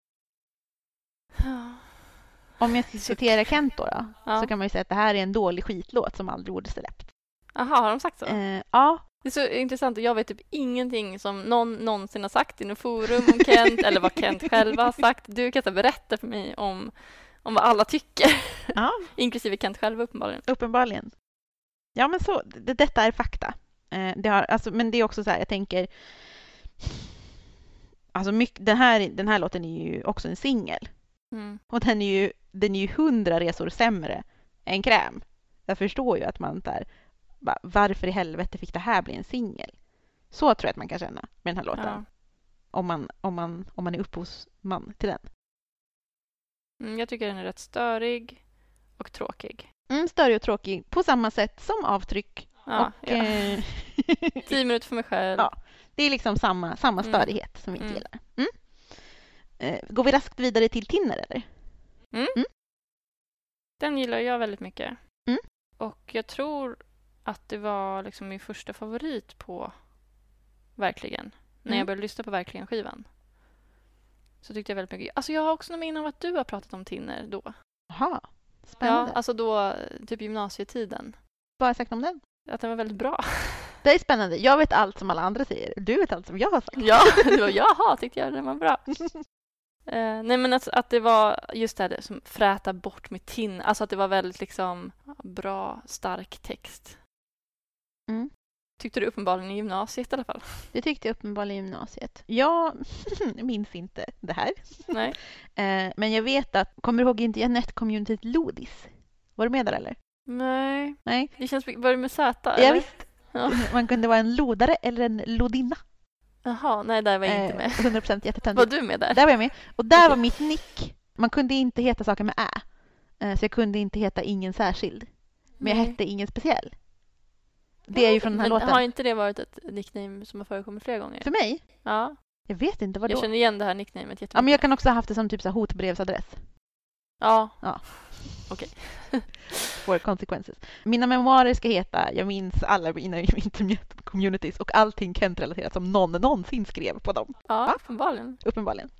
Om jag citerar Kent då, så kan man ju säga att det här är en dålig skitlåt som aldrig borde släppt. Jaha, har de sagt så? Ja. Det är så intressant. Jag vet typ ingenting som någon någonsin har sagt i något forum om Kent eller vad Kent själva har sagt. Du kan berätta för mig om vad alla tycker. Ja. Inklusive Kent själv uppenbarligen. Uppenbarligen. Ja, men så detta är fakta. Men det är också så här, jag tänker... Alltså den här låten är ju också en singel. Och den är ju 100 resor sämre än Kräm. Jag förstår ju att man där... Varför i helvete fick det här bli en singel? Så tror jag att man kan känna med den här låten. Ja. Om man är upphovsman till den. Jag tycker den är rätt störig och tråkig. Störig och tråkig på samma sätt som Avtryck. Ja, och, 10 minuter för mig själv. Ja, det är liksom samma störighet som vi inte gillar. Går vi raskt vidare till Tinner, eller? Den gillar jag väldigt mycket. Och jag tror att det var liksom min första favorit på Verkligen. När jag började lyssna på Verkligen-skivan. Så tyckte jag väldigt mycket. Alltså jag har också något minne av att du har pratat om Tinner då. Jaha, spännande. Ja, alltså då typ gymnasietiden. Vad har jag sagt om den? Att den var väldigt bra. Det är spännande. Jag vet allt som alla andra säger. Du vet allt som jag har sagt. Ja, det var jaha, tyckte jag den var bra. Nej, men att det var just det här som fräta bort med Tinner. Alltså att det var väldigt liksom bra, stark text. Tyckte du uppenbarligen i gymnasiet i alla fall? Det tyckte jag uppenbarligen i gymnasiet. Jag minns inte det här. Nej. Men jag vet att... Kommer du ihåg internet-communityt Lodis? Var du med där, eller? Nej. Det känns... Var det med Z? Ja, visst. Ja. Man kunde vara en lodare eller en lodinna. Jaha, nej, där var jag inte med. 100% jättetöntigt. Var du med där? Där var jag med. Och där var mitt nick. Man kunde inte heta saker med ä. Så jag kunde inte heta ingen särskild. Men jag hette ingen speciell. Det är ju från den här låten. Har inte det varit ett nickname som har förekommit flera gånger? För mig? Ja. Jag vet inte vad då. Jag känner igen det här nicknamet jättemycket. Ja, men jag kan också ha haft det som typ så här hotbrevsadress. Ja. Okej. For consequences. Mina memoarer ska heta Jag minns alla mina internet-communities och allting Kent-relaterat som någon någonsin skrev på dem. Ja, uppenbarligen.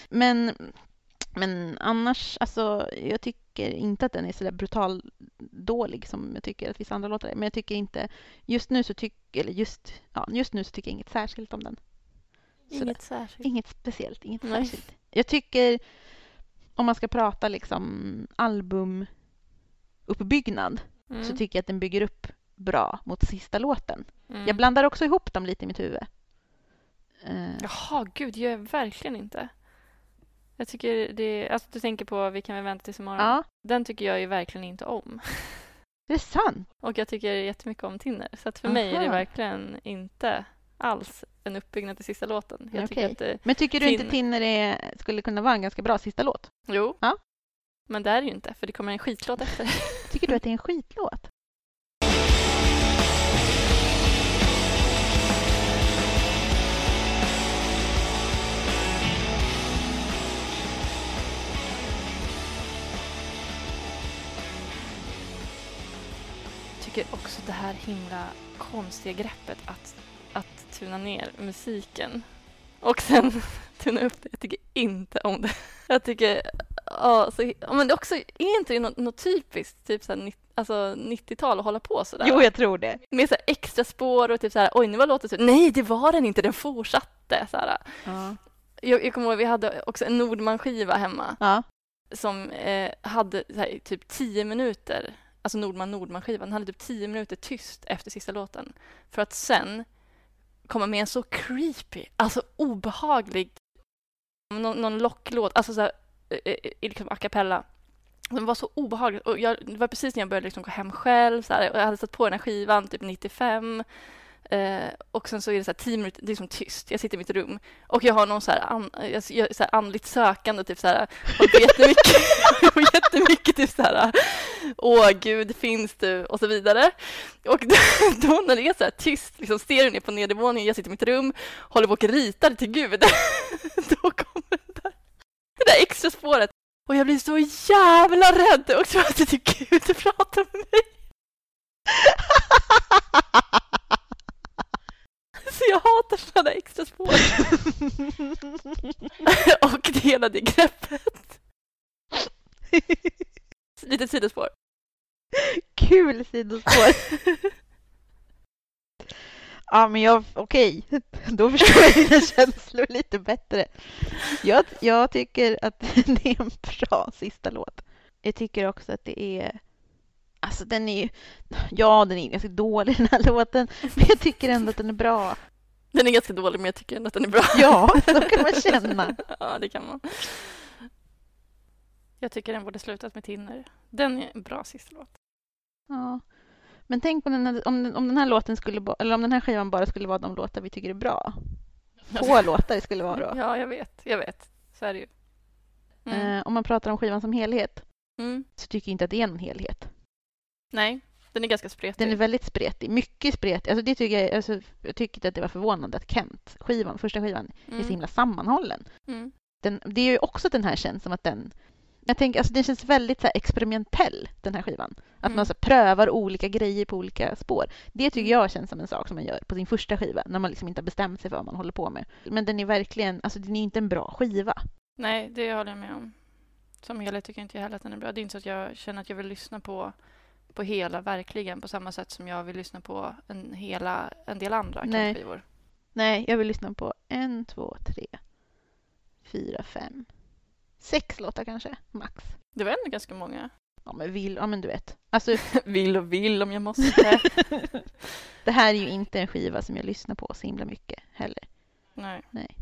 Men annars, alltså, jag tycker inte att den är så där brutal dålig som jag tycker att vissa andra låtar är. Men jag tycker inte, just nu så tycker jag inget särskilt om den. Inget särskilt? Inget speciellt, inget särskilt. Jag tycker, om man ska prata liksom albumuppbyggnad, så tycker jag att den bygger upp bra mot sista låten. Jag blandar också ihop dem lite i mitt huvud. Jaha, gud, gör jag verkligen inte. Jag tycker det... Alltså du tänker på Vi kan väl vänta tills imorgon. Ja. Den tycker jag ju verkligen inte om. Det är sant. Och jag tycker jättemycket om Tinner. Så att för mig är det verkligen inte alls en uppbyggnad till sista låten. Jag tycker att, men tycker du inte Tinner skulle kunna vara en ganska bra sista låt? Jo. Ja. Men det är det ju inte, för det kommer en skitlåt efter. Tycker du att det är en skitlåt? Jag tycker också det här himla konstiga greppet att tuna ner musiken och sen tuna upp det. Jag tycker inte om det. Jag tycker men det också är inte något typiskt typ så här, alltså 90-tal och hålla på sådär. Jo, jag tror det. Med så här extra spår och typ så här, oj nu var låten så. Nej, det var den inte, den fortsatte så här. Ja. Jag kommer ihåg, vi hade också en Nordman-skiva hemma. Ja. Som hade så här, typ 10 minuter, alltså Nordman-skivan, hade typ 10 minuter tyst efter sista låten. För att sen komma med en så creepy, alltså obehaglig, någon locklåt, alltså så här, liksom a cappella. Den var så obehaglig. Och det var precis när jag började liksom gå hem själv. Så här, och jag hade satt på den här skivan typ 95. Och sen så är det så här 10 minuter, det är liksom tyst. Jag sitter i mitt rum och jag har någon så här, så här andligt sökande typ så här, och jättemycket typ så här, åh gud finns du och så vidare. Och då när det är så här tyst, liksom stereon är på nedervåningen, jag sitter i mitt rum, håller på och ritar till Gud. Då kommer det där extra spåret. Och jag blir så jävla rädd och tror att det är Gud att prata med mig. Så jag hatar sådana extra spår. Och hela det greppet. Lite sidospår. Kul sidospår. Ja, men okej. Då förstår jag dina känslor lite bättre. Jag tycker att det är en bra sista låt. Jag tycker också att det är... Alltså den är ganska dålig den här låten. Men jag tycker ändå att den är bra. Den är ganska dålig men jag tycker ändå att den är bra. Ja, så kan man känna. Ja, det kan man. Jag tycker den borde slutat med Tinner. Den är en bra sista låt. Ja. Men tänk på om den här låten skulle eller om den här skivan bara skulle vara de låtar vi tycker är bra. Få låtar det skulle vara då. Ja, jag vet. Så är det ju. Om man pratar om skivan som helhet så tycker jag inte att det är en helhet. Nej, den är ganska spretig. Den är väldigt spretig, mycket spretig. Alltså det tycker jag tycker att det var förvånande att första skivan är så himla sammanhållen. Det är ju också att den här känns som att jag tänker, alltså den känns väldigt så här experimentell, den här skivan. Att man så prövar olika grejer på olika spår. Det tycker jag känns som en sak som man gör på sin första skiva. När man liksom inte har bestämt sig för vad man håller på med. Men den är verkligen, alltså den är inte en bra skiva. Nej, det håller jag med om. Som helhet tycker jag inte heller att den är bra. Det är inte så att jag känner att jag vill lyssna på hela verkligen. På samma sätt som jag vill lyssna på en del andra skivor. Nej, jag vill lyssna på 1, 2, 3, 4, 5, 6 låtar kanske, max. Det var ändå ganska många. Ja, men du vet. Alltså, vill om jag måste. Det här är ju inte en skiva som jag lyssnar på så himla mycket heller. Nej.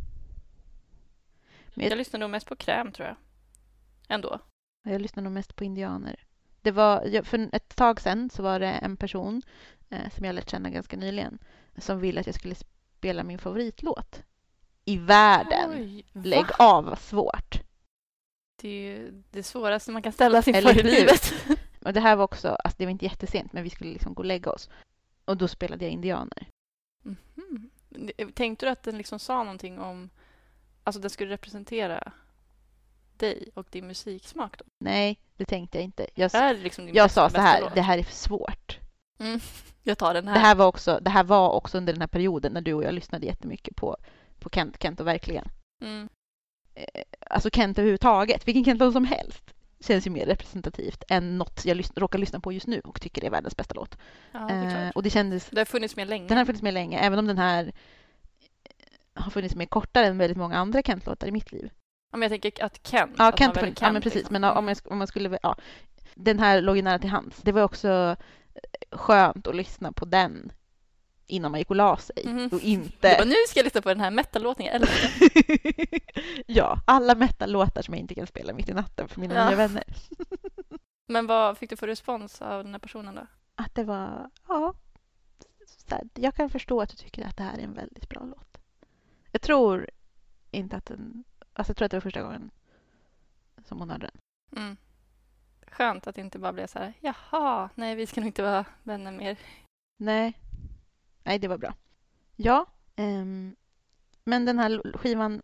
Men jag lyssnar nog mest på Kräm, tror jag. Ändå. Jag lyssnar nog mest på indianer. Det var, för ett tag sedan så var det en person som jag lärt känna ganska nyligen som ville att jag skulle spela min favoritlåt i världen. Oj, lägg av, vad svårt. Det är ju det svåraste man kan ställa sig för i livet. Och det här var också, alltså det var inte jättesent, men vi skulle liksom gå och lägga oss. Och då spelade jag indianer. Tänkte du att den liksom sa någonting om, alltså den skulle representera dig och din musiksmak då? Nej, det tänkte jag inte. Jag sa så här, det här är för svårt. Jag tar den här. Det här var också under den här perioden när du och jag lyssnade jättemycket på Kent och verkligen. Alltså Kent överhuvudtaget, vilken Kent-låt som helst känns ju mer representativt än något jag råkar lyssna på just nu och tycker det är världens bästa låt. Ja, det är klart. Och det har funnits med länge. Den har funnits med länge, även om den här har funnits med kortare än väldigt många andra Kent-låtar i mitt liv. Ja, men jag tänker att Kent... Ja, Kent men precis. Liksom. Men om man skulle... Ja, den här låg ju nära till hands. Det var också skönt att lyssna på den innan man gick och la sig. Och inte... Nu ska jag lyssna på den här metal-låten jag älskar. Ja, alla metal-låtar som jag inte kan spela mitt i natten för mina nya vänner. Men vad fick du för respons av den här personen då? Att det var... Ja, jag kan förstå att du tycker att det här är en väldigt bra låt. Jag tror inte att den... Alltså jag tror att det var första gången som hon hörde den. Skönt att det inte bara blev så här, jaha, nej vi ska nog inte vara vänner mer. Nej, det var bra. Ja, men den här skivan...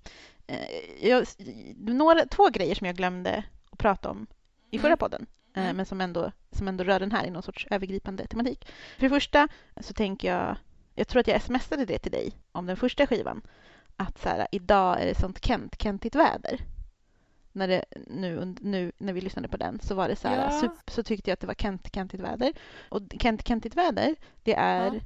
två grejer som jag glömde att prata om i förra podden. Men som ändå rör den här i någon sorts övergripande tematik. För det första så tänker jag tror att jag smsade det till dig om den första skivan. Att så här, idag är det sånt kentigt väder. nu när vi lyssnade på den så var det så här, så tyckte jag att det var kantigt väder. Och kantigt väder, det är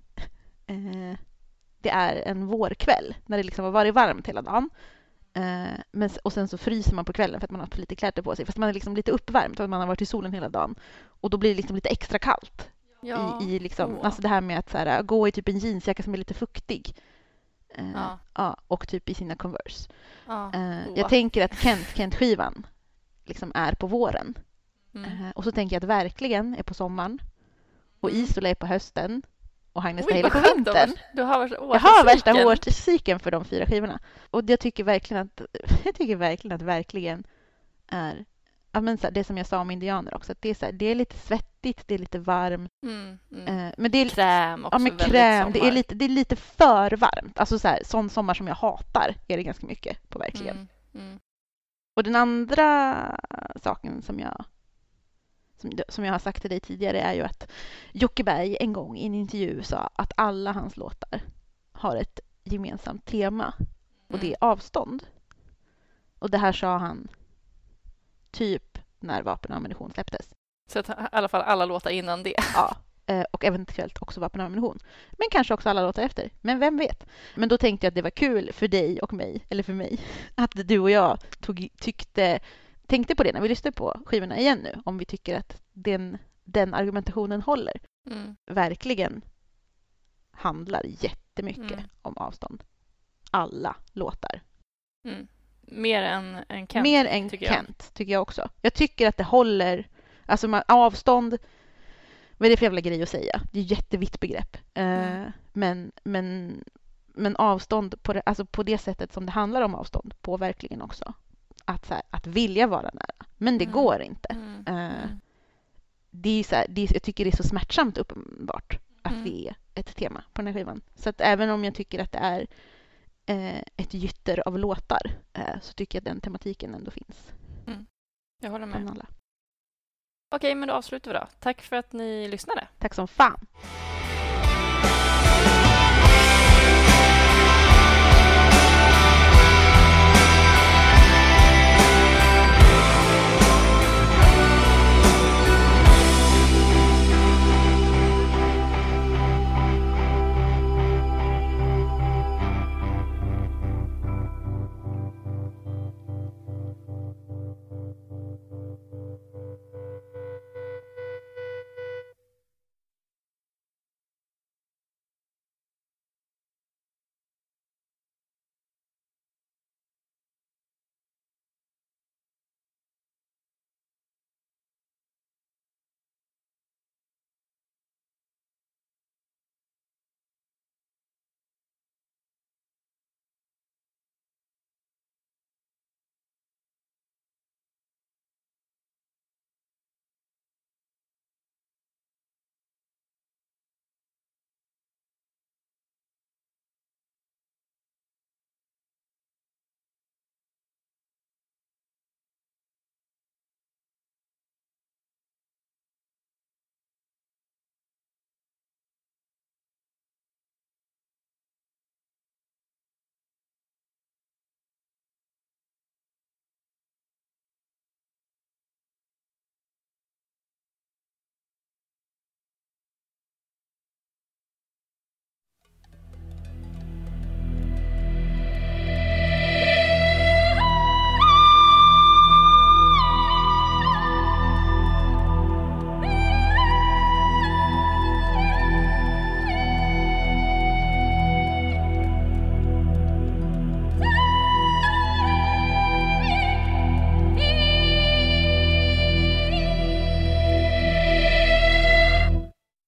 en vårkväll när det liksom har varit varmt hela dagen. Och sen så fryser man på kvällen för att man har för lite kläder på sig. Fast man är liksom lite uppvärmd för att man har varit i solen hela dagen. Och då blir det liksom lite extra kallt. I liksom, alltså det här med att så här, gå i typ en jeansjacka som är lite fuktig. Och typ i sina Converse. Jag tänker att Kent-skivan liksom är på våren. Och så tänker jag att Verkligen är på sommaren. Och Isola är på hösten. Och Hagnes Dejli på vintern. Jag har värsta årscykeln för de 4 skivorna. Och jag tycker verkligen att Verkligen är det som jag sa om indianer också. Att det är, så här, det är lite svettigt, det är lite varmt. Men det är kräm också. Med kräm. Det är lite för varmt. Alltså så här, sån sommar som jag hatar är det ganska mycket på Verkligen. Och den andra saken som jag har sagt till dig tidigare är ju att Jocke Berg en gång i en intervju sa att alla hans låtar har ett gemensamt tema. Och det är avstånd. Och det här sa han typ när Vapen och ammunition släpptes. Så att i alla fall alla låtar innan det. Ja, och eventuellt också Vapen och ammunition. Men kanske också alla låtar efter. Men vem vet? Men då tänkte jag att det var kul för dig och mig, eller för mig, att du och jag tänkte på det när vi lyssnade på skivorna igen nu. Om vi tycker att den argumentationen håller. Verkligen handlar jättemycket om avstånd. Alla låtar. Mer än Kent. Mer än Kent tycker jag också. Jag tycker att det håller. Alltså avstånd. Vad är det för jävla grej att säga? Det är ett jättevitt begrepp. Men avstånd på det sättet som det handlar om avstånd på Verkligen också. Att vilja vara nära. Men det går inte. Det är så här, jag tycker det är så smärtsamt uppenbart att det är ett tema på den här skivan. Så att även om jag tycker att det är ett gytter av låtar så tycker jag att den tematiken ändå finns. Jag håller med. Okej, men då avslutar vi då. Tack för att ni lyssnade. Tack som fan.